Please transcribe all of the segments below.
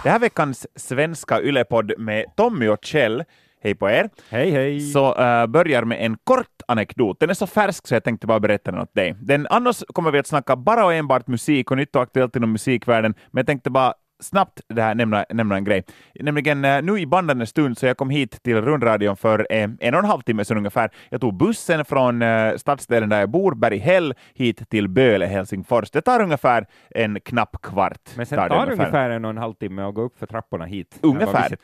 Det här veckans svenska Yle-podd med Tommy och Kjell, hej på er. Hej, hej. Så börjar med en kort anekdot. Den är så färsk så jag tänkte bara berätta den åt dig. Annars kommer vi att snacka bara och enbart musik och nytt och aktuellt inom musikvärlden, men jag tänkte bara snabbt det här nämna en grej. Nämligen nu i bandande stund så jag kom hit till rundradion för 1,5 timme sedan ungefär. Jag tog bussen från stadsdelen där jag bor, Berghäll, hit till Böle, Helsingfors. Det tar ungefär en knapp kvart. Men sen tar det ungefär 1,5 timme att gå upp för trapporna hit. Ungefär.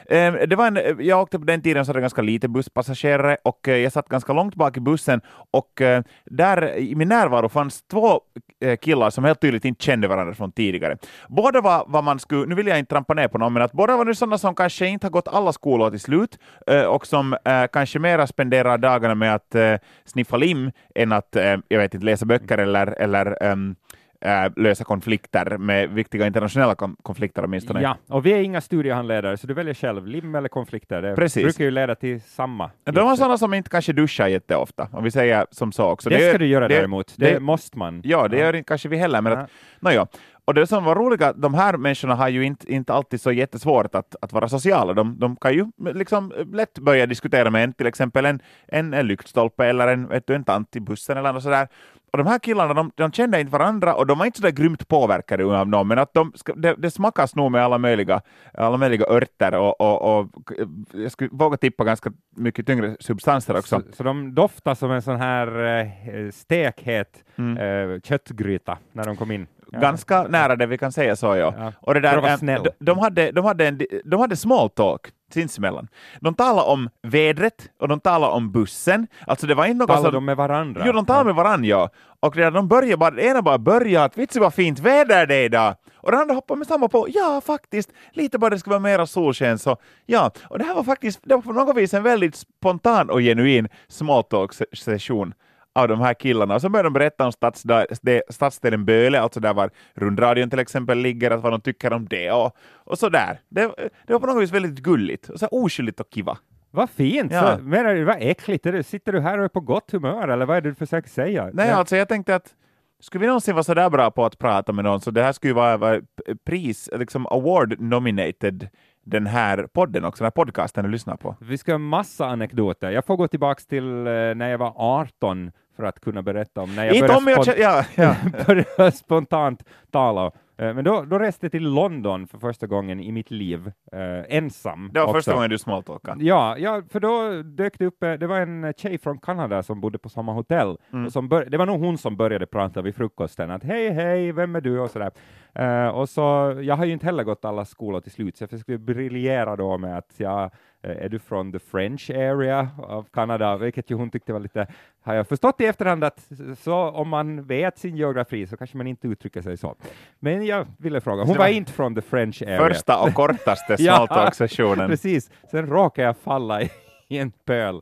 Jag åkte på den tiden så hade ganska lite busspassagerare och jag satt ganska långt bak i bussen och där i min närvaro fanns 2 killar som helt tydligt inte kände varandra från tidigare. Båda var vad man skulle, nu vill jag inte trampa ner på någon, men att båda var nu sådana som kanske inte har gått alla skolor till slut och som kanske mera spenderar dagarna med att sniffa lim än att jag vet inte, läsa böcker eller lösa konflikter med viktiga internationella konflikter åtminstone. Ja, och vi är inga studiehandledare så du väljer själv lim eller konflikter. Det Precis. Brukar ju leda till samma. De var sådana som inte kanske duschar jätteofta, om vi säger som så också. Det ska du göra däremot, det måste man. Ja, det gör inte kanske vi heller, men och det som var roliga, de här människorna har ju inte alltid så jättesvårt att vara sociala. De kan ju liksom lätt börja diskutera med till exempel en lyktstolpe eller en tant i bussen eller något sådär. Och de här killarna, de kände inte varandra och de var inte så där grymt påverkade av någon, men att det smakas nog med alla möjliga örter och jag skulle våga tippa ganska mycket tyngre substanser också. Så de doftar som en sån här stekhet köttgryta när de kom in. Ja. Ganska nära det vi kan säga så, ja. Och det där, de hade small talk sinsemellan. De talade om vädret och de talade om bussen. Alltså det var inte något talade de med varandra? Jo, de talade med varandra, ja. Och de började det ena bara började att vitsi vad fint väder det är idag. Och den andra hoppade med samma på, ja faktiskt, lite bara det ska vara mera solsken. Så ja, och det här var på något vis en väldigt spontan och genuin small talk-session av de här killarna. Och så började de berätta om stadsdelen Böle, alltså där var rundradion till exempel ligger, att vad de tycker om det och så där. Det var på något vis väldigt gulligt och så oskyldigt och kiva. Vad fint! Ja. Vad äckligt. Sitter du här och är på gott humör eller vad är det du försöker säga? Nej, alltså jag tänkte att skulle vi någonsin vara så där bra på att prata med någon så det här skulle ju vara pris, liksom award nominated den här podden också, den här podcasten du lyssnar på. Vi ska ha massa anekdoter. Jag får gå tillbaka till när jag var 18 för att kunna berätta om när jag började spontant tala. Men då reste jag till London för första gången i mitt liv, ensam. Det var också. första gången du smalltalkade. Ja, för då dök det upp, det var en tjej från Kanada som bodde på samma hotell. Och det var nog hon som började prata vid frukosten, att hej, vem är du? Och sådär. Och så, jag har ju inte heller gått alla skolor till slut, så jag försökte briljera då med att är du från the French area av Kanada, vilket ju hon tyckte var lite, har jag förstått i efterhand att så om man vet sin geografi så kanske man inte uttrycker sig så. Men jag ville fråga, hon var inte från the French area. Första och kortaste smalltalk-sessionen. Precis, sen råkade jag falla i en pöl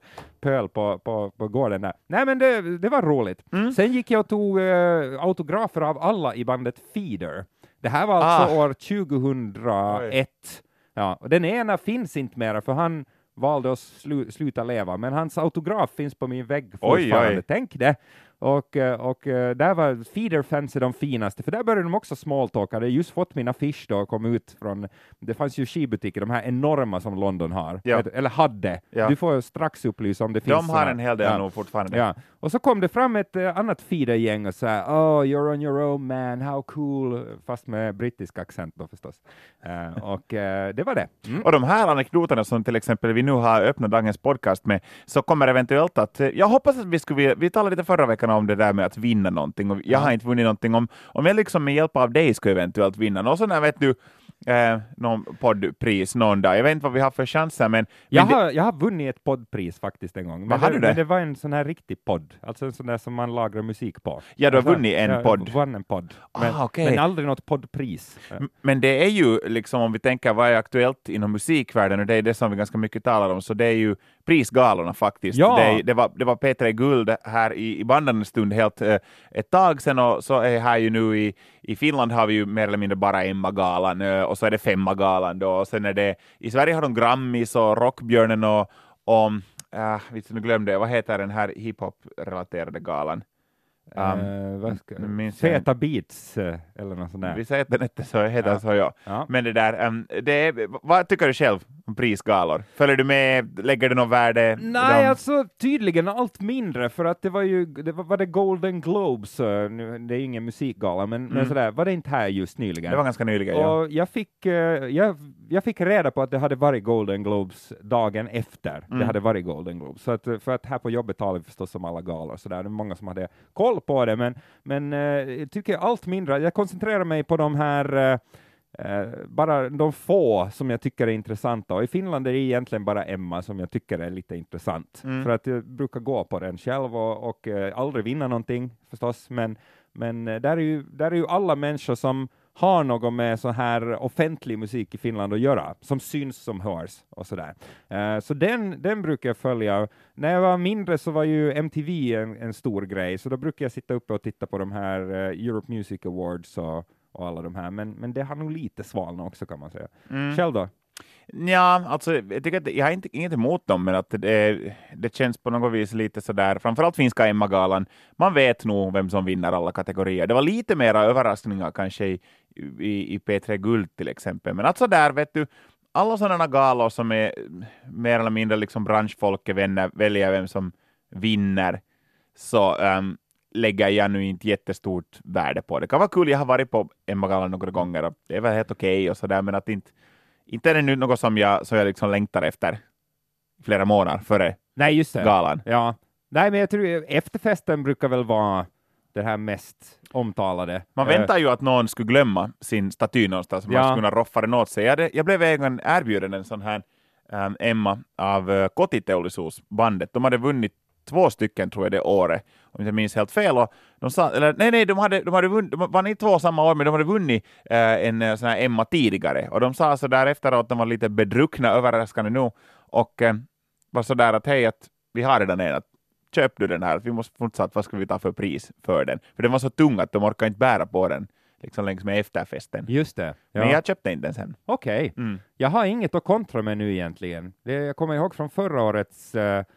på gården där. Nej, men det var roligt. Sen gick jag och tog autografer av alla i bandet Feeder. Det här var alltså år 2001. Ja, och den ena finns inte mer för han valde att sluta leva, men hans autograf finns på min vägg fortfarande. Oj. Tänk det. Och där var Feeder-fans de finaste, för där började de också smalltalka. Jag just fått min affisch då och kom ut från, det fanns ju skibutiker, de här enorma som London har, eller hade. Ja. Du får strax upplysa om det finns. De har en hel del nog fortfarande. Ja. Och så kom det fram ett annat Feeder-gäng och sa, you're on your own man, how cool, fast med brittisk accent då förstås. Och det var det. Och de här anekdoterna som till exempel vi nu har öppnat dagens podcast med, så kommer eventuellt att, jag hoppas att vi talade lite förra veckan om det där med att vinna någonting, och jag har inte vunnit någonting. Om jag liksom med hjälp av dig skulle eventuellt vinna något, så när vet du någon poddpris någon dag. Jag vet inte vad vi har för chanser, men jag har vunnit ett poddpris faktiskt en gång. Men det var en sån här riktig podd, alltså en sån där som man lagrar musik på. Ja, du har vunnit en podd. Jag vann en podd, men aldrig något poddpris. Men det är ju liksom, om vi tänker vad är aktuellt inom musikvärlden, och det är det som vi ganska mycket talar om, så det är ju prisgalorna faktiskt. Ja. Det var P3 Guld här i bandande stund helt ett tag sedan, och så är här ju nu i Finland har vi ju mer eller mindre bara Emma-galan, och så är det Femma-galan då, och sen är det, i Sverige har de Grammys och Rockbjörnen och nu glömde jag, vad heter den här hiphop-relaterade galan? Feta Beats eller något sånt där. Vi säger att den inte så heter så, ja. Men det där, vad tycker du själv om prisgalor? Följer du med, lägger du något värde? Nej, alltså tydligen allt mindre, för att det var det Golden Globes, det är ingen musikgala, men sådär, var det inte här just nyligen? Det var ganska nyligen, och jag fick reda på att det hade varit Golden Globes dagen efter det hade varit Golden Globes, så att, för att här på jobbet talar vi förstås om alla galor, så där. Det är många som hade koll på det, men jag tycker allt mindre, jag koncentrerar mig på de här bara de få som jag tycker är intressanta, och i Finland är det egentligen bara Emma som jag tycker är lite intressant, för att jag brukar gå på den själv och aldrig vinna någonting förstås, men där är ju alla människor som har något med så här offentlig musik i Finland att göra, som syns, som hörs och sådär. Så den brukar jag följa. När jag var mindre så var ju MTV en stor grej, så då brukar jag sitta uppe och titta på de här Europe Music Awards och alla de här, men det har nog lite svalnat också, kan man säga. Själv då? Ja, alltså jag tycker att jag har inget emot dem, men att det känns på något vis lite sådär, framförallt finska Emma-galan, man vet nog vem som vinner alla kategorier. Det var lite mera överraskningar kanske i P3 Guld till exempel, men alltså där vet du, alla sådana galor som är mer eller mindre liksom branschfolket väljer vem som vinner, så lägger jag nu inte jättestort värde på det. Det kan vara kul, jag har varit på Emma-galan några gånger och det är väl helt okej och sådär, men att inte är det nu något som jag liksom längtar efter flera månader före galan. Ja. Nej, men jag tror efterfesten brukar väl vara det här mest omtalade. Man väntar ju att någon skulle glömma sin staty någonstans, som man skulle kunna roffa den åt sig. Jag blev även erbjuden en sån här Emma av Kotiteollisuus bandet. De hade vunnit 2 stycken, tror jag, det året, om jag inte minns helt fel. Och de sa, eller nej, de hade vunnit, de var inte 2 samma år, men de hade vunnit en sån här Emma tidigare. Och de sa så där efteråt att de var lite bedruckna, överraskande nu, och var så där att hej, att vi har redan en, att köp du den här, vi måste fortsatt, vad ska vi ta för pris för den? För den var så tung att de orkar inte bära på den liksom längs med efterfesten. Just det. Ja. Men jag köpte inte den sen. Okej. Jag har inget att kontra med nu egentligen. Jag kommer ihåg från förra årets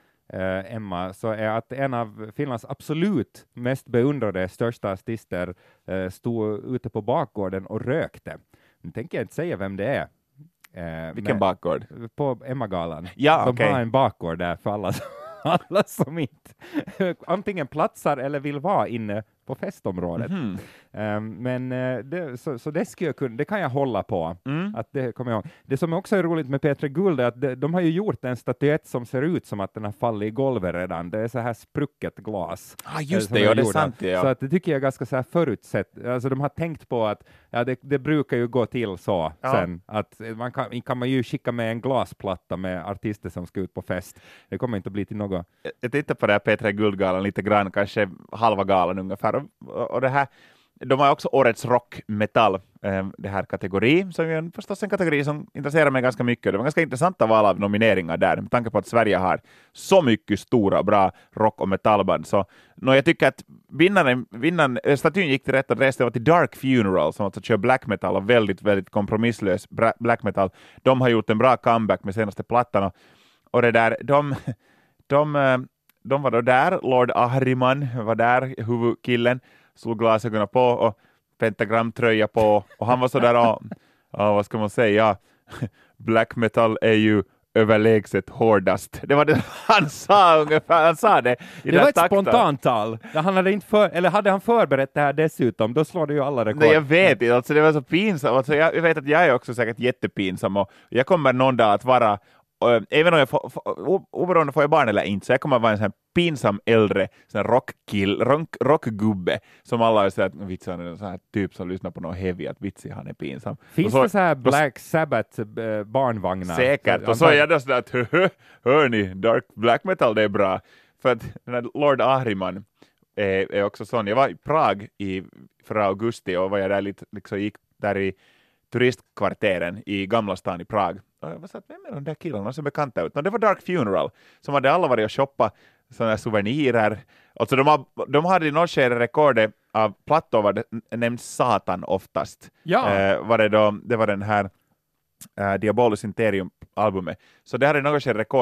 Emma, så är att en av Finlands absolut mest beundrade största artister stod ute på bakgården och rökte. Nu tänker jag inte säga vem det är. Vilken bakgård? På Emma-galan. Ja, de har en bakgård där för alla som inte antingen platsar eller vill vara inne på festområdet. Men det skulle jag kunna, det kan jag hålla på. Att det kommer jag ihåg. Det som också är roligt med P3 Guld är att de har ju gjort en statyett som ser ut som att den har fallit i golvet redan. Det är så här sprucket glas. Just det, det är sant. Ja. Så att det tycker jag är ganska så här förutsett. Alltså de har tänkt på att det brukar ju gå till så sen. Att kan man ju skicka med en glasplatta med artister som ska ut på fest. Det kommer inte att bli till något. Jag tittar på det här P3 Guldgalan lite grann, kanske halva galan ungefär. Och det här, de har också årets rock-metall, det här kategori, som är förstås en kategori som intresserar mig ganska mycket. Det var ganska intressanta val av nomineringar där, med tanke på att Sverige har så mycket stora, bra rock- och metallband. Så jag tycker att statyn gick till rätt adress. Det var till Dark Funeral, som alltså kör black metal och väldigt, väldigt kompromisslös black metal. De har gjort en bra comeback med senaste plattan, och det där, de var då där, Lord Ahriman var där, huvudkillen, solglasögonen på och pentagramtröja på, och han var så där, vad ska man säga, black metal är ju överlägset hårdast. Det var det han sa ungefär, han sa det i det var ett takten. spontantal. Hade han förberett det här dessutom, då slår det ju alla rekord. Nej, jag vet inte, alltså det var så pinsamt. Alltså, jag vet att jag är också säkert jättepinsam, och jag kommer någon dag att vara, även om jag oberoende får jag barn eller inte, så jag kommer att vara en sån här pinsam äldre rockgubbe som alla säger att vitsen är en sån här typ som lyssnar på något heavy, att vitsi, han är pinsam. Finns det så här Black Sabbath barnvagnar? Säkert, och så är jag då sådär att hörni, dark black metal, det är bra. För att den här Lord Ahriman är också sån. Jag var i Prag förra augusti, och var jag där liksom gick där i turistkvarteren i Gamla stan i Prag. Och jag var så att, vem är de där killarna som är bekanta ut? Det var Dark Funeral, som hade alla varit och shoppa sådana här souvenirer. Alltså de hade i något skede rekordet av plattor, var det nämnt Satan oftast. Ja. Det var den här Diabolus Interium-albumet. Så det hade i något skede rekordet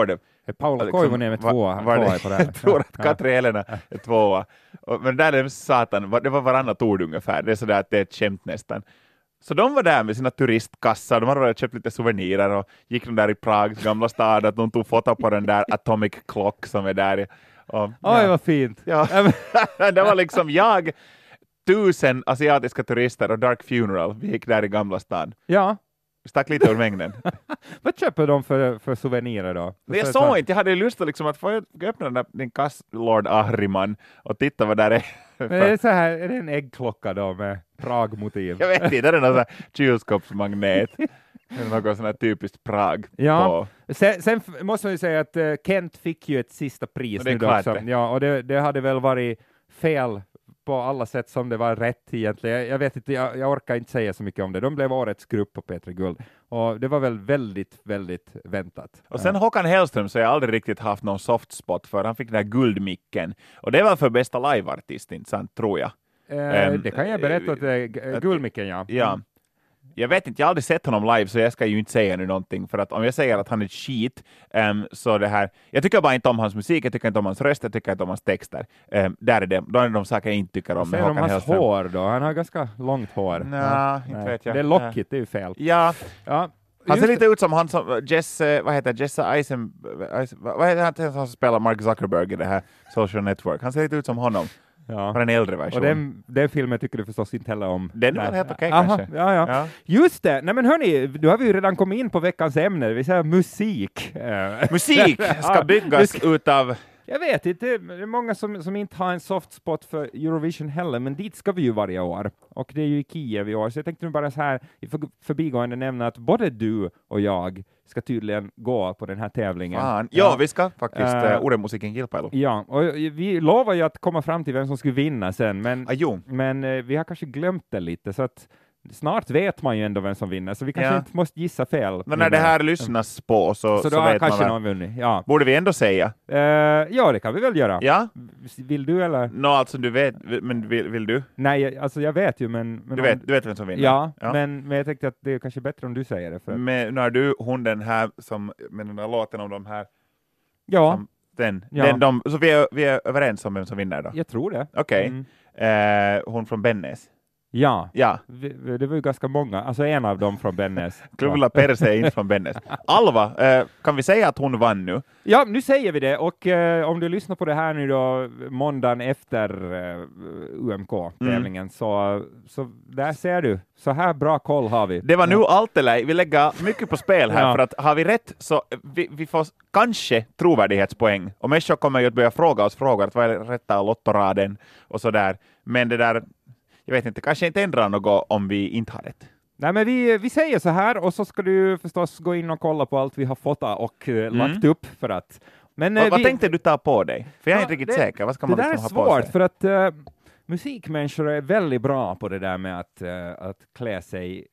Paula Koivunen är tvåa på det här. Jag tror att Katri Helena är tvåa. Men där är det satan, det var varannat ord ungefär. Det är sådär att det är ett skämt nästan. Så de var där med sina turistkassar, de hade köpt lite souvenirer och gick de där i Prags gamla stad, att de tog foto på den där Atomic Clock som är där. Och, Oj, vad fint! Ja. Det var liksom 1000 asiatiska turister och Dark Funeral, vi gick där i gamla stan. Ja. Stack lite ur mängden. Vad köper de för souvenirer då? Jag såg inte, jag hade lust att liksom att få öppna din kass, Lord Ahriman, och titta vad där är. Men är det så här, är det en äggklocka då med Prag-motiv? Jag vet inte, det är någon sån här kylskåpsmagnet. Det är något sån här typiskt Prag. Ja, sen måste man ju säga att Kent fick ju ett sista pris nu då också. Ja, och det hade väl varit fel på alla sätt som det var rätt egentligen. Jag vet inte, jag orkar inte säga så mycket om det. De blev årets grupp på P3 Guld. Och det var väl väldigt, väldigt väntat. Och sen Håkan Hellström så har jag aldrig riktigt haft någon soft spot för. Han fick den här guldmicken. Och det var för bästa liveartist, inte sant, tror jag. Det kan jag berätta att guldmicken, ja. Ja. Jag vet inte, jag har aldrig sett honom live så jag ska ju inte säga nu någonting, för att om jag säger att han är skit så det här, jag tycker bara inte om hans musik, jag tycker inte om hans röst, jag tycker inte om hans texter. Där är det, då är det de saker jag inte tycker om. Säger om hans hår då? Han har ganska långt hår. Nej, inte vet jag. Det är lockigt, det är ju fel. Ja. Han ser lite ut som han som Jesse vad heter han som spelar Mark Zuckerberg i det här Social Network. Han ser lite ut som honom. Ja. För en äldre version. Och den filmen tycker du förstås inte heller om. Den var helt okej kanske. Ja. Just det. Nej men hörni, då har vi ju redan kommit in på veckans ämne. Vi säger musik. Musik ska byggas utav... Jag vet inte, det är många som inte har en soft spot för Eurovision heller, men dit ska vi ju varje år. Och det är ju i Kiev i år, så jag tänkte nu bara så här i förbigående nämna att både du och jag ska tydligen gå på den här tävlingen. Ja, vi ska faktiskt Ure-musiken Kilpailu. Ja, och vi lovar ju att komma fram till vem som skulle vinna sen, men vi har kanske glömt det lite, så att snart vet man ju ändå vem som vinner, så vi kanske inte måste gissa fel. Men när det här lyssnas på så då vet kanske man någon vunnit. Ja. Borde vi ändå säga? Ja, det kan vi väl göra. Ja? Vill du eller? Alltså du vet, men vill du? Nej, alltså jag vet ju, men du vet vem som vinner? Ja. Men jag tänkte att det är kanske bättre om du säger det. För... Men när du, hon den här, som, med den där låten om de här... Ja. Så vi är överens om vem som vinner då? Jag tror det. Okej. Hon från Bennes. Ja. Det var ju ganska många, alltså en av dem från Bennes. Klulla Perse är inte från Bennes. Alva, kan vi säga att hon vann nu? Ja, nu säger vi det, och om du lyssnar på det här nu då måndagen efter UMK-tävlingen så där ser du, så här bra koll har vi. Det var nu allt eller vi lägger mycket på spel här för att har vi rätt så vi får kanske trovärdighetspoäng och människor kommer ju att börja fråga oss frågor att vad är rätta lottoraden och sådär, men det där jag vet inte, kanske inte ändrar något om vi inte har rätt. Nej, men vi säger så här, och så ska du förstås gå in och kolla på allt vi har fått och lagt upp för att... Men, vad tänkte du ta på dig? För jag är inte riktigt säker. Vad ska man liksom ha på sig? Det där är svårt, för att musikmänniskor är väldigt bra på det där med att klä sig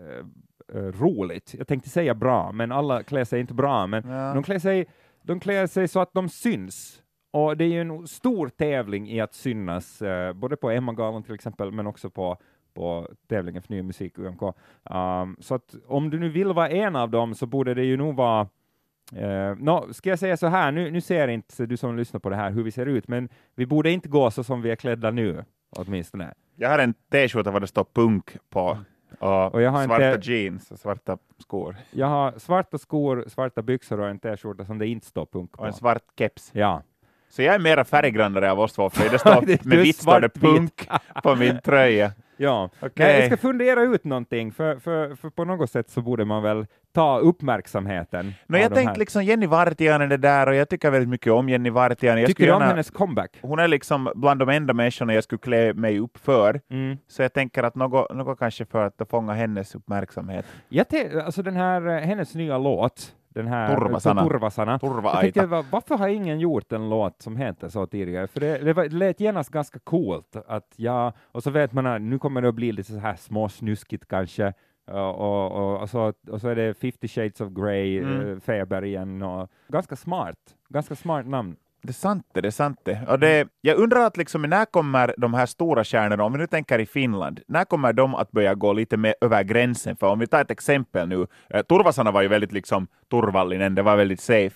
roligt. Jag tänkte säga bra, men alla klär sig inte bra. Men de klär sig så att de syns. Och det är ju en stor tävling i att synas, både på Emma-galan till exempel, men också på tävlingen för ny musik, UMK. Så att om du nu vill vara en av dem så borde det ju nog vara... ska jag säga så här, nu ser inte du som lyssnar på det här hur vi ser ut, men vi borde inte gå så som vi är klädda nu, åtminstone. Jag har en t-shirt där det står punk på. Och jag har svarta jeans och svarta skor. Jag har svarta skor, svarta byxor och en t-shirt som det inte står punk på. Och en svart keps. Ja. Så jag är mera färggrannare av oss två, för det står med vitt står det punk på min tröja. Ja, okay. Jag ska fundera ut någonting, för på något sätt så borde man väl ta uppmärksamheten. Jag tänkte liksom Jenny Vartiainen det där, och jag tycker väldigt mycket om Jenny Vartiainen. Tycker du om hennes comeback? Hon är liksom bland de enda människorna jag skulle klä mig upp för. Så jag tänker att något kanske för att fånga hennes uppmärksamhet. Alltså den här, hennes nya låt, den här Turvasana. Jag tänkte, varför har ingen gjort en låt som heter så tidigare? För det lät genast ganska coolt att och så vet man att nu kommer det att bli lite så här småsnuskigt kanske, och så är det 50 Shades of Grey, Feber igen, och ganska smart namn. Det är sant. Och jag undrar att liksom, när kommer de här stora stjärnorna, om vi nu tänker i Finland, när kommer de att börja gå lite mer över gränsen? För om vi tar ett exempel nu, Turvasana var ju väldigt liksom Turvallinen, det var väldigt safe.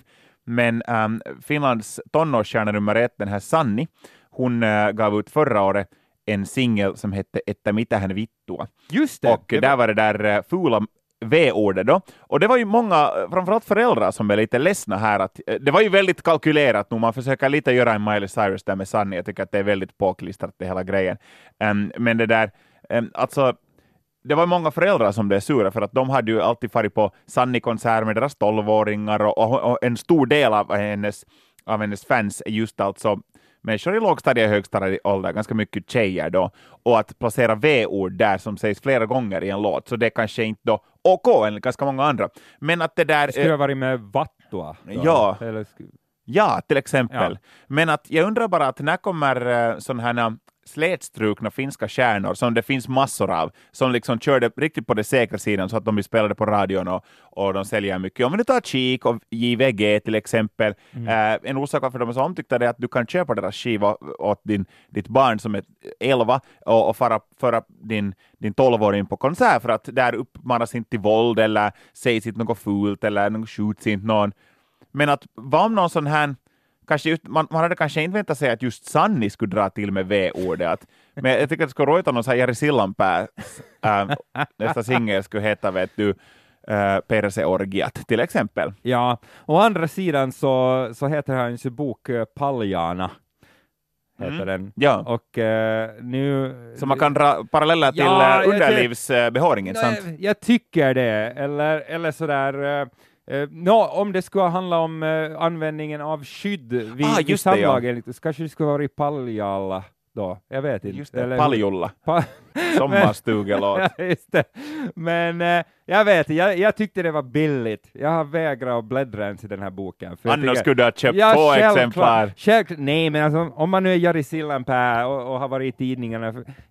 Men Finlands tonårsstjärna nummer 1, den här Sanni, hon gav ut förra året en singel som hette Että mitähän vittua. Just det. Och där var det där fula V-ordet då. Och det var ju många, framförallt föräldrar, som är lite ledsna här. Att, det var ju väldigt kalkylerat nu. Man försöker lite göra en Miley Cyrus där med Sanni. Jag tycker att det är väldigt påklistrat, det hela grejen. Men det där, alltså, det var många föräldrar som blev sura för att de hade ju alltid farit på Sanni-konsert med deras 12-åringar och en stor del av hennes fans är just alltså människor i lågstadie och högstadie ålder, ganska mycket tjejer då, och att placera V-ord där som sägs flera gånger i en låt, så det kanske inte då OK enligt ganska många andra. Men att det där... Skulle ha varit med vattua. Ja. Eller Ja, till exempel. Ja. Men att jag undrar bara att när kommer sådana här slätstrukna finska stjärnor som det finns massor av, som liksom körde riktigt på det säkra sidan så att de blir spelade på radion och de säljer mycket. Om vi nu tar Cheek och JVG till exempel, en orsak varför de är så omtyckta är att du kan köpa deras skiva åt ditt barn som är 11 och föra din 12-åring på konsert, för att där uppmanas inte till våld eller sägs inte något fult eller något skjuts inte någon. Men att vad om någon sån här, kanske just, man hade kanske inte väntat sig att just Sanni skulle dra till med V-ordet. Men jag tycker att det skulle rojta någon sån här Jari Sillanpää. Nästa singel skulle heta, vet du, Perseorgiat till exempel. Ja, å andra sidan så heter hans bok Paljana. Heter den. Ja. Och nu... Så man kan dra paralleller till underlivsbehåringen, sant? Jag tycker det. Eller sådär... om det skulle handla om användningen av skydd vid samlagen, kanske det skulle vara i Paljalla då, jag vet inte. Just det, Paljulla. Sommarstugelåt. Ja, just det. Men jag vet, jag tyckte det var billigt. Jag har vägrat att bläddra ens i den här boken. För Annars skulle du ha köpt 2 exemplar. Nej, men alltså, om man nu är Jari Sillanpää och har varit i tidningarna,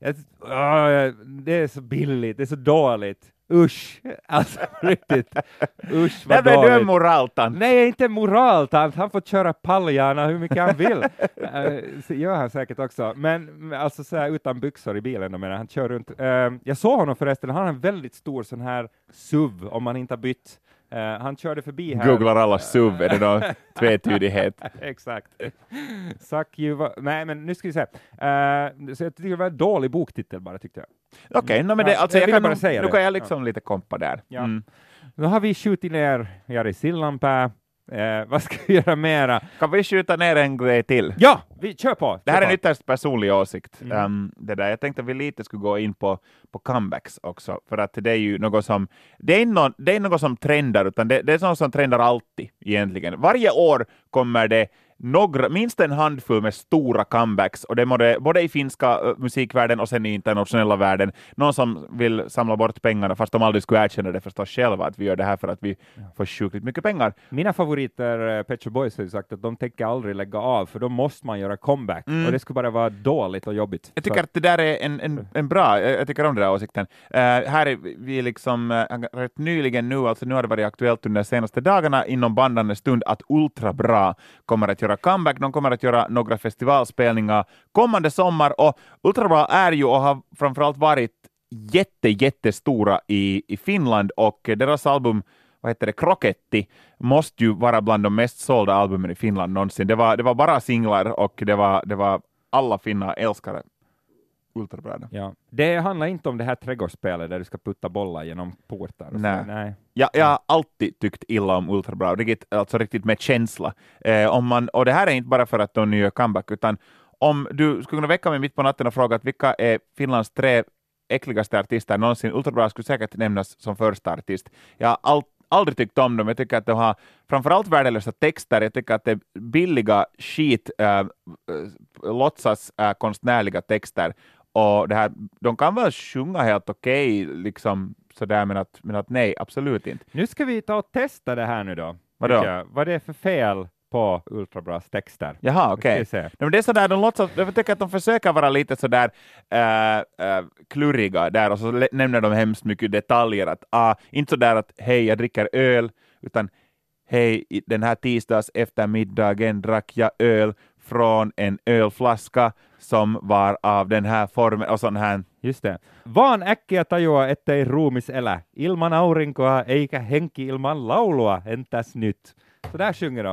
det är så billigt, det är så dåligt. Usch, alltså riktigt. Usch, vad dåligt. Du är moraltant. Nej, inte moraltant. Han får köra Paljana hur mycket han vill. Så gör han säkert också. Men alltså så här, utan byxor i bilen, då menar han kör runt. Jag såg honom förresten, han har en väldigt stor sån här SUV om man inte har bytt. Han körde förbi här. Googlar alla SUV, är det då tvetydighet? Exakt. Nej, men nu ska vi se. Så jag tycker det var en dålig boktitel bara, tyckte jag. Okej, men det, alltså, jag kan bara säga nu det. kan jag liksom lite kompa där. Ja. Nu har vi skjutit ner Jari Sillanpää. Vad ska vi göra mera? Kan vi skjuta ner en grej till? Ja, vi kör på. Det här är en ytterst personlig åsikt. Det där. Jag tänkte att vi lite skulle gå in på comebacks också, för att det är ju något som det är något som trendar, utan det är något som trendar alltid egentligen. Varje år kommer det minst en handfull med stora comebacks, och det är både i finska musikvärlden och sen i internationella världen. Någon som vill samla bort pengarna, fast de aldrig skulle erkänna det förstås själva, att vi gör det här för att vi får sjukligt mycket pengar. Mina favoriter, Pet Shop Boys, har ju sagt att de tänker aldrig lägga av, för då måste man göra comeback, och det skulle bara vara dåligt och jobbigt. Jag tycker att det där är en bra, jag tycker om den där åsikten. Här är vi liksom rätt nyligen nu, alltså nu har det varit aktuellt under de senaste dagarna inom bandande stund att Ultra Bra kommer att göra comeback. De kommer att göra några festivalspelningar kommande sommar, och Ultra Bra är ju och har framförallt varit jättestora i Finland, och deras album, vad heter det, Kroketti, måste ju vara bland de mest sålda albumen i Finland någonsin. Det var bara singlar, och det var alla finnar älskare. Ultrabra. Ja. Det handlar inte om det här trädgårdsspelet där du ska putta bollar genom portar. Nej. Ja, jag har alltid tyckt illa om Ultrabra, riktigt med känsla. Och det här är inte bara för att de gör comeback, utan om du skulle kunna väcka mig mitt på natten och fråga att vilka är Finlands 3 äckligaste artister någonsin, Ultrabra skulle säkert nämnas som första artist. Jag har aldrig tyckt om dem. Jag tycker att de har framförallt värdelösa texter. Jag tycker att det är billiga låtsas konstnärliga texter. Och det här, de kan väl sjunga helt okej, liksom sådär, men att nej, absolut inte. Nu ska vi ta och testa det här nu då. Vadå? Vad det är för fel på Ultrabras texter. Jaha, okej. Men det är sådär, jag tycker att de försöker vara lite sådär kluriga där, och så nämner de hemskt mycket detaljer. Att, inte sådär att hej, jag dricker öl, utan hej, den här tisdags eftermiddagen drack jag öl från en ölflaska som var av den här formen och sån här. Just det. Vaan äkkiä tajua, ettei ruumis elä. Ilman aurinkoa eikä henki ilman laulua. Entäs nyt? Så där sjunger de.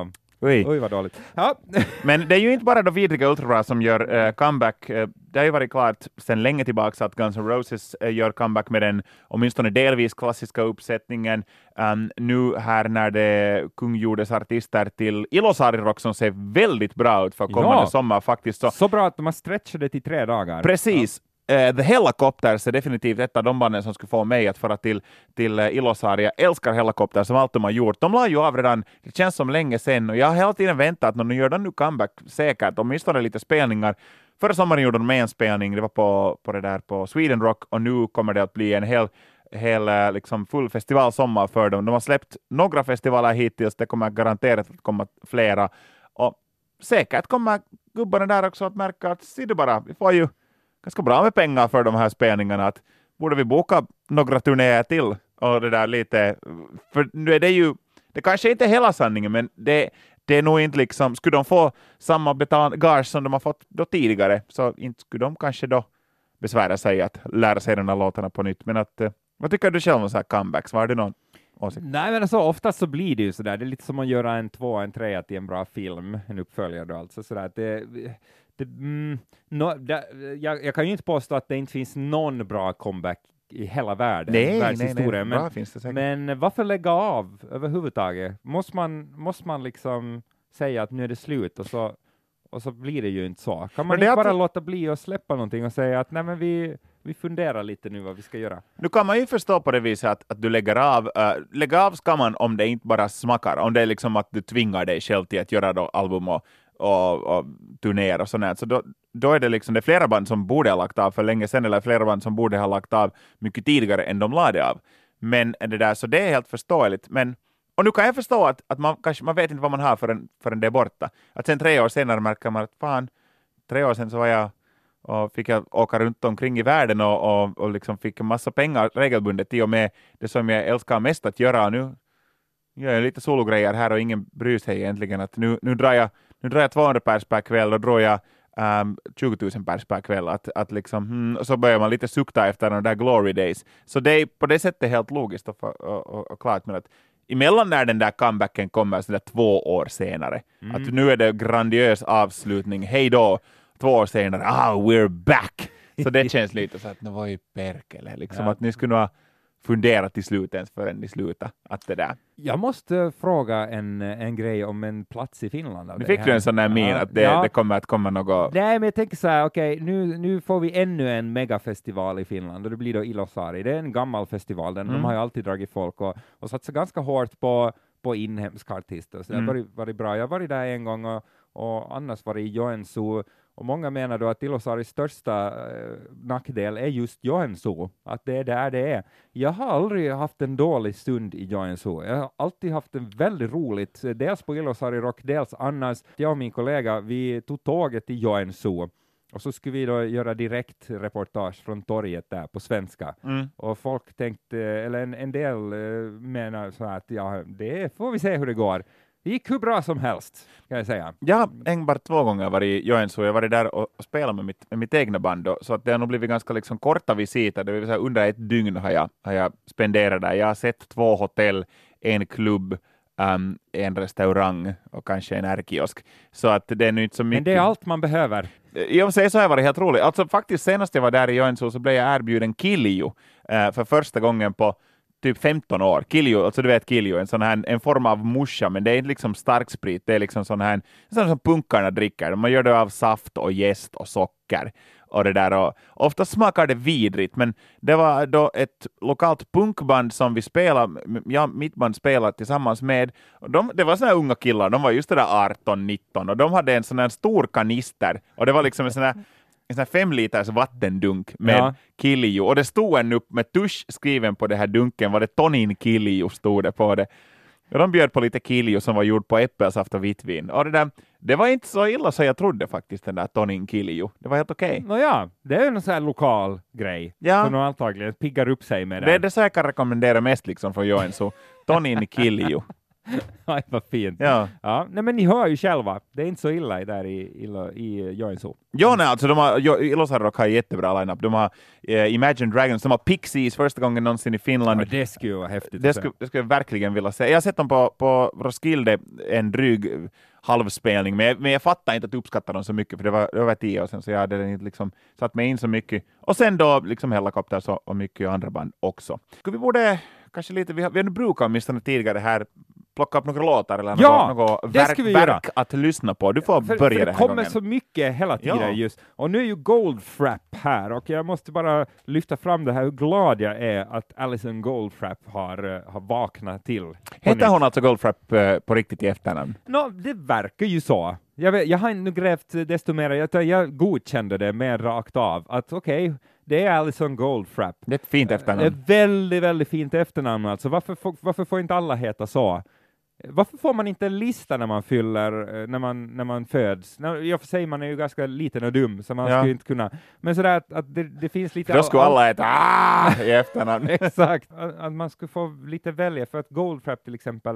Oj, vad dåligt. Ja. Men det är ju inte bara de vidriga Ultrabra som gör comeback. Det har ju varit klart sedan länge tillbaka att Guns N' Roses gör comeback med den åtminstone delvis klassiska uppsättningen. Nu här när det kungjordes artister till Ilosaari-rock som ser väldigt bra ut för kommande sommar faktiskt. Så bra att de har stretchat det till 3 dagar. Precis. The Helicopters är definitivt ett av de banden som skulle få mig att föra till Ilosaari. Jag älskar Helicopters som allt de har gjort. De la ju av redan, det känns som länge sedan, och jag har hela tiden väntat att nu gör de nu comeback säkert, åtminstone lite spelningar. Förra sommaren gjorde de med en spelning, det var på det där på Sweden Rock, och nu kommer det att bli en hel liksom full festivalsommar för dem. De har släppt några festivaler hittills, det kommer garanterat att komma flera, och säkert kommer gubbarna där också att märka att se du bara, vi får ju ganska bra med pengar för de här spelningarna, att borde vi boka några turnéer till och det där lite, för nu är det ju, det kanske inte är hela sanningen, men det är nog inte liksom, skulle de få samma gage som de har fått då tidigare, så inte skulle de kanske då besvära sig att lära sig den här låtarna på nytt. Men att, vad tycker du själv om så här comebacks? Var det någon åsikt? Nej, men alltså, oftast så blir det ju sådär, det är lite som att göra en 2, en 3 till en bra film, en uppföljare då, alltså sådär, jag kan ju inte påstå att det inte finns någon bra comeback i hela världen, världshistorien. Nej. Bra, finns det säkert. Men varför lägga av överhuvudtaget? Måste man liksom säga att nu är det slut och så blir det ju inte så. Kan man inte bara låta bli och släppa någonting och säga att nej, men vi funderar lite nu vad vi ska göra. Nu kan man ju förstå på det viset att du lägger av. Lägga av ska man om det inte bara smakar. Om det är liksom att du tvingar dig själv till att göra då album och turnéer och sånt. Så då är det liksom, det är flera band som borde ha lagt av för länge sedan, eller flera band som borde ha lagt av mycket tidigare än de lade av. Men det där, så det är helt förståeligt. Men, och nu kan jag förstå att man vet inte vad man har förrän det är borta. Att sen 3 år senare märker man att fan, 3 år sedan så var jag och fick jag åka runt omkring i världen och liksom fick en massa pengar regelbundet i och med det som jag älskar mest att göra. Nu gör jag lite sologrejer här och ingen bryr sig egentligen. Att nu drar jag 200 pers per kväll och drar jag 20 000 pers per kväll. Att liksom, så börjar man lite sukta efter de där glory days. Så det är på det sättet helt logiskt och klart. Men att emellan när den där comebacken kommer så där 2 år senare. Att nu är det grandiös avslutning. Hej då! 2 år senare, we're back! Så det känns lite så att det var ju perkele. Liksom, att ni skulle ha funderat till slut ens förrän ni slutar. Att det där. Jag måste fråga en grej om en plats i Finland. Nu fick du en sån där min att det kommer att komma något. Nej, men jag tänker så här, okej, nu får vi ännu en megafestival i Finland och det blir då Ilosaari. Det är en gammal festival, de har ju alltid dragit folk och satsat ganska hårt på inhemska artister. Så det har varit bra. Jag har varit där en gång och annars var det i Joensuu. Och många menar då att Ilosaaris största nackdel är just Joensuu, att det är där det är. Jag har aldrig haft en dålig stund i Joensuu. Jag har alltid haft en väldigt roligt, dels på Ilosaari Rock, dels annars. Jag och min kollega, vi tog tåget till Joensuu och så skulle vi då göra direkt reportage från torget där på svenska. Och folk tänkte, eller en del menar så att det får vi se hur det går. Det gick hur bra som helst, kan jag säga. Jag har enbart 2 gånger varit i Joensuu. Jag var där och spelat med mitt egna band då, så att det har nog blivit ganska liksom korta visiter. Det vill säga under 1 dygn har jag spenderat där. Jag har sett 2 hotell, en klubb, en restaurang och kanske en ärkiosk. Så att det är nu inte så mycket. Men det är allt man behöver. I och för sig så har det varit helt roligt. Alltså faktiskt senast jag var där i Joensuu så blev jag erbjuden Kilju för första gången på typ 15 år. Kilju, alltså du vet Kilju, en form av musha, men det är inte liksom starksprit, det är liksom sån som punkarna dricker. Man gör det av saft och jäst och socker och det där, och ofta smakar det vidrigt, men det var då ett lokalt punkband som vi spelade, mitt band spelade tillsammans med, och det var såna här unga killar, de var just det där 18-19 och de hade en sån här stor kanister och det var liksom en sån här 5 liters vattendunk med Kilju. Och det stod en upp med tusch skriven på det här dunken. Var det Tonin Kilju stod det på det. Och de bjöd på lite Kilju som var gjord på äppelsaft och vitvin. Och det var inte så illa så jag trodde faktiskt, den där Tonin Kilju. Det var helt okej. Nåja, det är en sån här lokal grej. Ja. Som de antagligen piggar upp sig med. Det är det så jag kan rekommendera mest liksom från Joensuu. Tonin Kilju. Aj, vad fint. Ja. Ja, nej, men ni hör ju själva. Det är inte så illa där i Joensuu. Jo, nej, alltså Ilosar Rock har jättebra lineup. De har Imagine Dragons, de har Pixies första gången någonsin i Finland. Ja, det skulle ju vara häftigt. Det skulle jag verkligen vilja se. Jag har sett dem på Roskilde en dryg halvspelning, men jag fattar inte att uppskatta dem så mycket, för det var över 10 år sedan, så jag hade inte liksom satt mig in så mycket. Och sen då liksom Hellacopters och mycket andra band också. Vi borde kanske lite, vi har nu brukat åtminstone tidigare här plocka upp några låtar eller något verk att lyssna på. Du får börja för det här det kommer gången. så mycket hela tiden just. Och nu är ju Goldfrapp här och jag måste bara lyfta fram det här hur glad jag är att Alison Goldfrapp har vaknat till. Heter hon alltså Goldfrapp på riktigt i efternamn? Det verkar ju så. Jag har inte grävt desto mer. Jag godkände det mer rakt av. Att okej, det är Alison Goldfrapp. Det är ett fint efternamn. Det är väldigt, väldigt fint efternamn. Alltså. Varför får inte alla heta så? Varför får man inte en lista när man fyller, när man föds? Jag får säga, man är ju ganska liten och dum, så man skulle inte kunna. Men sådär att det finns lite... Då skulle alla heta i efternamn. Exakt, att man skulle få lite välja, för att Goldfrapp till exempel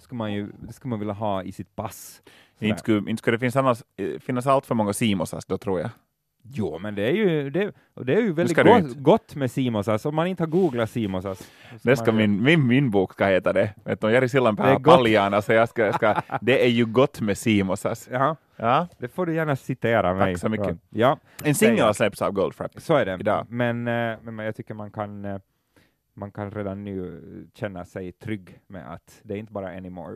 ska man vilja ha i sitt pass. Inte skulle det finnas allt för många Simosas då, tror jag. Jo, men det är ju väldigt gott med Simosas. Om man inte har googlat Simosas. Det ska min bok ska heta det. Vet du, Jari Sillanpää Paljana, så jag ska det är ju gott med Simosas. Ja, det får du gärna citera mig. Tack så mycket. Ja. En singel släpps av Goldfrapp. Så är det. Idag. Men jag tycker man kan redan nu känna sig trygg med att det är inte bara Anymore,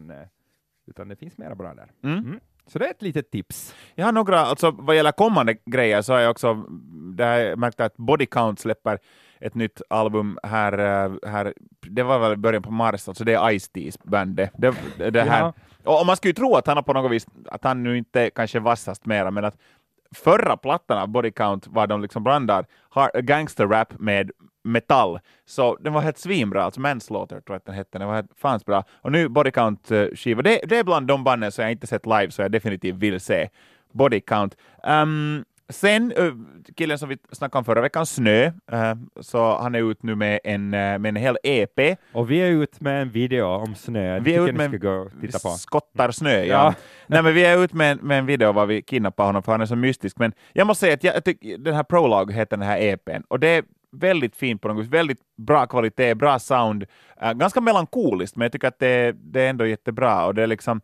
utan det finns mera bra där. Så det är ett litet tips. Jag har några, alltså vad gäller kommande grejer så har jag också märkt att Body Count släpper ett nytt album här det var väl i början på mars, alltså det är Ice-T's band det här. Och man skulle ju tro att han har på något vis, att han nu inte kanske vassast mera, men att förra plattan av Body Count var de liksom blandar gangster-rap med metall, så den var helt svinbra, alltså Manslaughter tror jag att den hette, den var helt fans bra. Och nu Body Count skiva, det är bland de banden som jag inte sett live, så jag definitivt vill se Body Count. Sen killen som vi snackade om förra veckan, Snö, så han är ut nu med en hel EP. Och vi är ut med en video om snö. Vi är ut med gå och titta på. Skottar snö, ja. Nej, men vi är ut med en video var vi kidnappar honom, för han är så mystisk. Men jag måste säga att jag tycker den här Prologue heter den här EPn, och det är väldigt fint på något vis, väldigt bra kvalitet, bra sound, ganska melankoliskt, men jag tycker att det är ändå jättebra, och det är liksom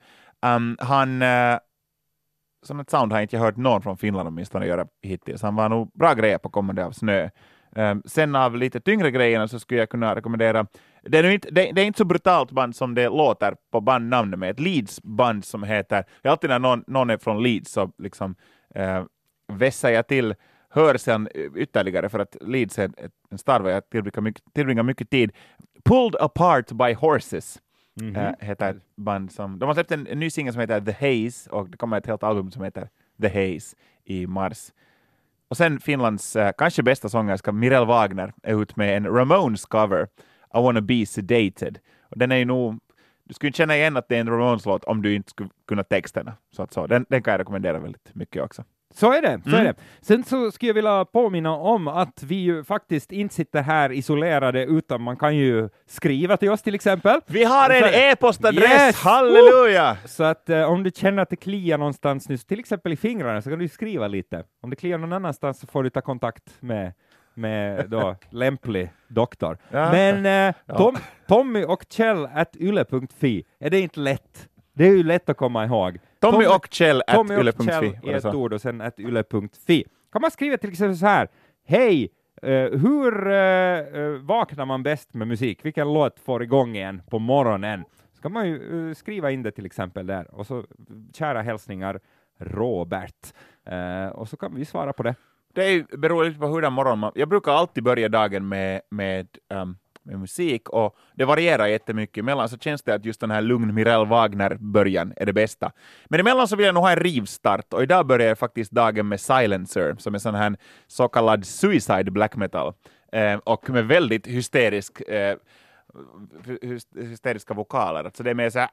sånt sound har jag inte hört någon från Finland åtminstone göra hittills. Han var nog bra grejer på kommande av Snö. Sen av lite tyngre grejerna så skulle jag kunna rekommendera, det är inte så brutalt band som det låter på bandnamnet, med ett Leeds-band som heter, alltid när någon är från Leeds så liksom vässar jag till hörseln ytterligare, för att Leeds är en stad där jag tillbringar mycket tid. Pulled Apart by Horses heter ett band som, de har släppt en ny singel som heter The Haze, och det kommer ett helt album som heter The Haze i mars. Och sen Finlands kanske bästa sångerska Mirel Wagner är ut med en Ramones cover, I Wanna Be Sedated. Och den är ju nog, du skulle inte känna igen att det är en Ramones-låt om du inte skulle kunna texterna. Så den kan jag rekommendera väldigt mycket också. Så är det. Sen så skulle jag vilja påminna om att vi ju faktiskt inte sitter här isolerade, utan man kan ju skriva till oss till exempel. Vi har en e-postadress, halleluja! Så att om du känner att det kliar någonstans nu, till exempel i fingrarna, så kan du skriva lite. Om det kliar någon annanstans så får du ta kontakt med då lämplig doktor. Ja. Men Tommy och Kjell @yle.fi, är det inte lätt? Det är ju lätt att komma ihåg. Tommy och Kjell @yle.fi är ett ord, och sen @yle.fi. Kan man skriva till exempel så här: hej, hur vaknar man bäst med musik? Vilken låt får igång en på morgonen? Ska man ju skriva in det till exempel där. Och så kära hälsningar Robert. Och så kan vi svara på det. Det beror lite på hur den morgon jag brukar alltid börja dagen med musik, och det varierar jättemycket. Emellan så känns det att just den här lugn Mirel Wagner-början är det bästa. Men emellan så vill jag nog ha en rivstart, och idag börjar jag faktiskt dagen med Silencer, som är sån här så kallad suicide black metal, och med väldigt hysteriska vokaler. Så det är mer så här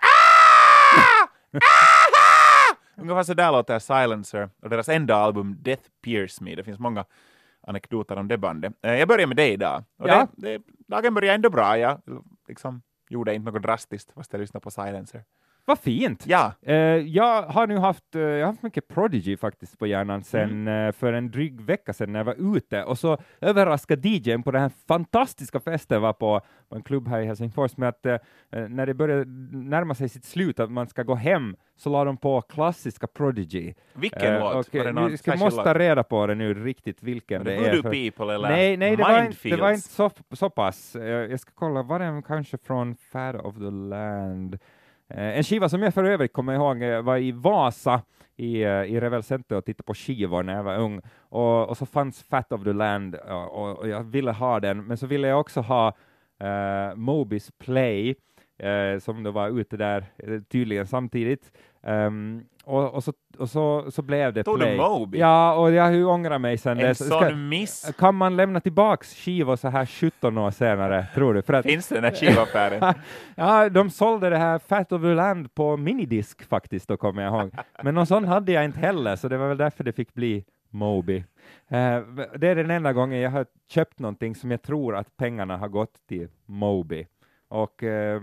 ungefär så där låter Silencer, och deras enda album Death Pierce Me. Det finns många anekdoter om det bandet. Jag börjar med dig idag. Och dagen börjar ändå bra. gjorde inte något drastiskt fast jag lyssnade på Silencer. Vad fint! Ja. Jag har nu haft mycket Prodigy faktiskt på hjärnan sen för en dryg vecka sedan när jag var ute, och så överraskade DJ:n på den här fantastiska festen var på en klubb här i Helsingfors med att när det började närma sig sitt slut att man ska gå hem så la de på klassiska Prodigy. Vilken låt? Vi måste ta reda på det nu riktigt vilken det är. Voodoo People eller Nej, Mindfields? det var inte så pass. Jag ska kolla, var det kanske från Fat of the Land? En skiva som jag för övrigt kommer ihåg var i Vasa i Revel Center och tittade på skivor när jag var ung, och så fanns Fat of the Land och jag ville ha den, men så ville jag också ha Moby's Play som då var ute där tydligen samtidigt. Och så blev det Tog Play. du Moby? Ja, och jag ångrar mig sen. En sån miss. Kan man lämna tillbaks skivor så här 17 år senare, tror du? För att, finns det den här skivaffären? ja, de sålde det här Fat of the Land på minidisk faktiskt, då kommer jag ihåg. Men någon sån hade jag inte heller, så det var väl därför det fick bli Moby. Det är den enda gången jag har köpt någonting som jag tror att pengarna har gått till Moby. Och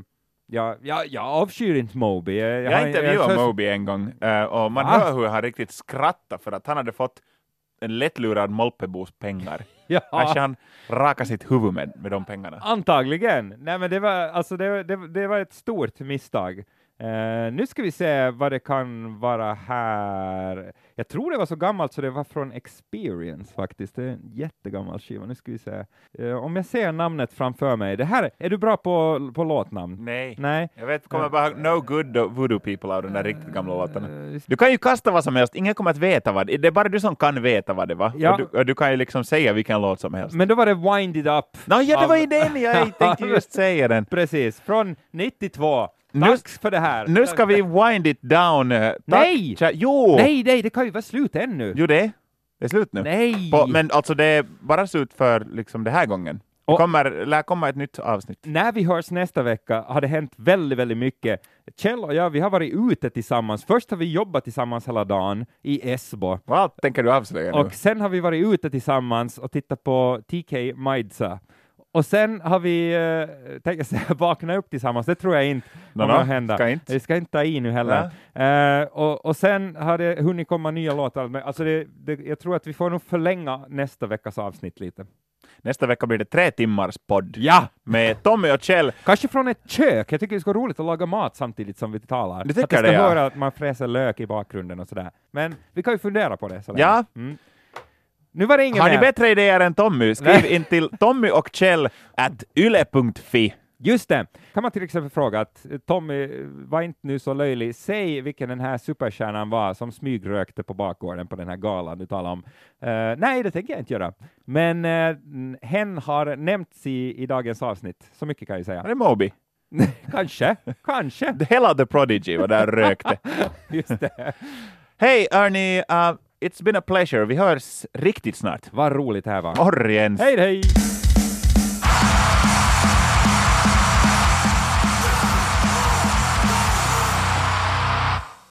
jag avskyr inte Moby. Jag intervjuade Moby en gång och man hör hur han riktigt skrattar för att han hade fått en lättlurad Molpebos pengar. Ja. Kanske han rakade sitt huvud med de pengarna. Antagligen. Nej, men det var ett stort misstag. Nu ska vi se vad det kan vara här. Jag tror det var så gammalt så det var från Experience faktiskt. Det är en jättegammal skiva. Nu ska vi se. Om jag ser namnet framför mig. Det här, är du bra på låtnamn? Nej. Jag vet, kommer bara No Good Voodoo People av den där riktigt gamla låtarna. Du kan ju kasta vad som helst. Ingen kommer att veta vad det är. Bara du som kan veta vad det var. Ja. Och du kan ju liksom säga vilken låt som helst. Men då var det Wind It Up. Ja, det var ju den. Jag tänkte just säga den. Precis, från 92. Dags för det här. Nu ska vi wind it down. Nej! Jo! Nej, det kan ju vara slut ännu. Jo, det är slut nu. Nej! Men alltså det är bara slut för liksom det här gången. Det lär komma ett nytt avsnitt. När vi hörs nästa vecka har det hänt väldigt, väldigt mycket. Kjell och jag, vi har varit ute tillsammans. Först har vi jobbat tillsammans hela dagen i Esbo. Vad tänker du avslöja nu? Och sen har vi varit ute tillsammans och tittat på TK Maidsa. Och sen har vi tänkt säga vakna upp tillsammans. Det tror jag inte kommer att hända. Vi ska inte ta i nu heller. Och sen har det hunnit komma nya låtar. Alltså jag tror att vi får nog förlänga nästa veckas avsnitt lite. Nästa vecka blir det 3 timmars podd. Ja! Med Tommy och Kjell. Kanske från ett kök. Jag tycker det ska vara roligt att laga mat samtidigt som vi talar. Du tycker att jag ska höra att man fräser lök i bakgrunden och sådär. Men vi kan ju fundera på det. Sådär. Ja. Nu var det ingen Har ni bättre idéer än Tommy? Skriv in till tommyochkjell@yle.fi. Just det. Kan man till exempel fråga att Tommy, var inte nu så löjlig. Säg vilken den här superstjärnan var som smygrökte på bakgården på den här galan du talar om. Nej, det tänker jag inte göra. Men hen har nämnts i dagens avsnitt. Så mycket kan jag säga. Det är Moby. Kanske. Hela The Prodigy var där rökte. Just det. Hej Ernie, it's been a pleasure. Vi hörs riktigt snart. Vad roligt det här var. Orjens. Hej!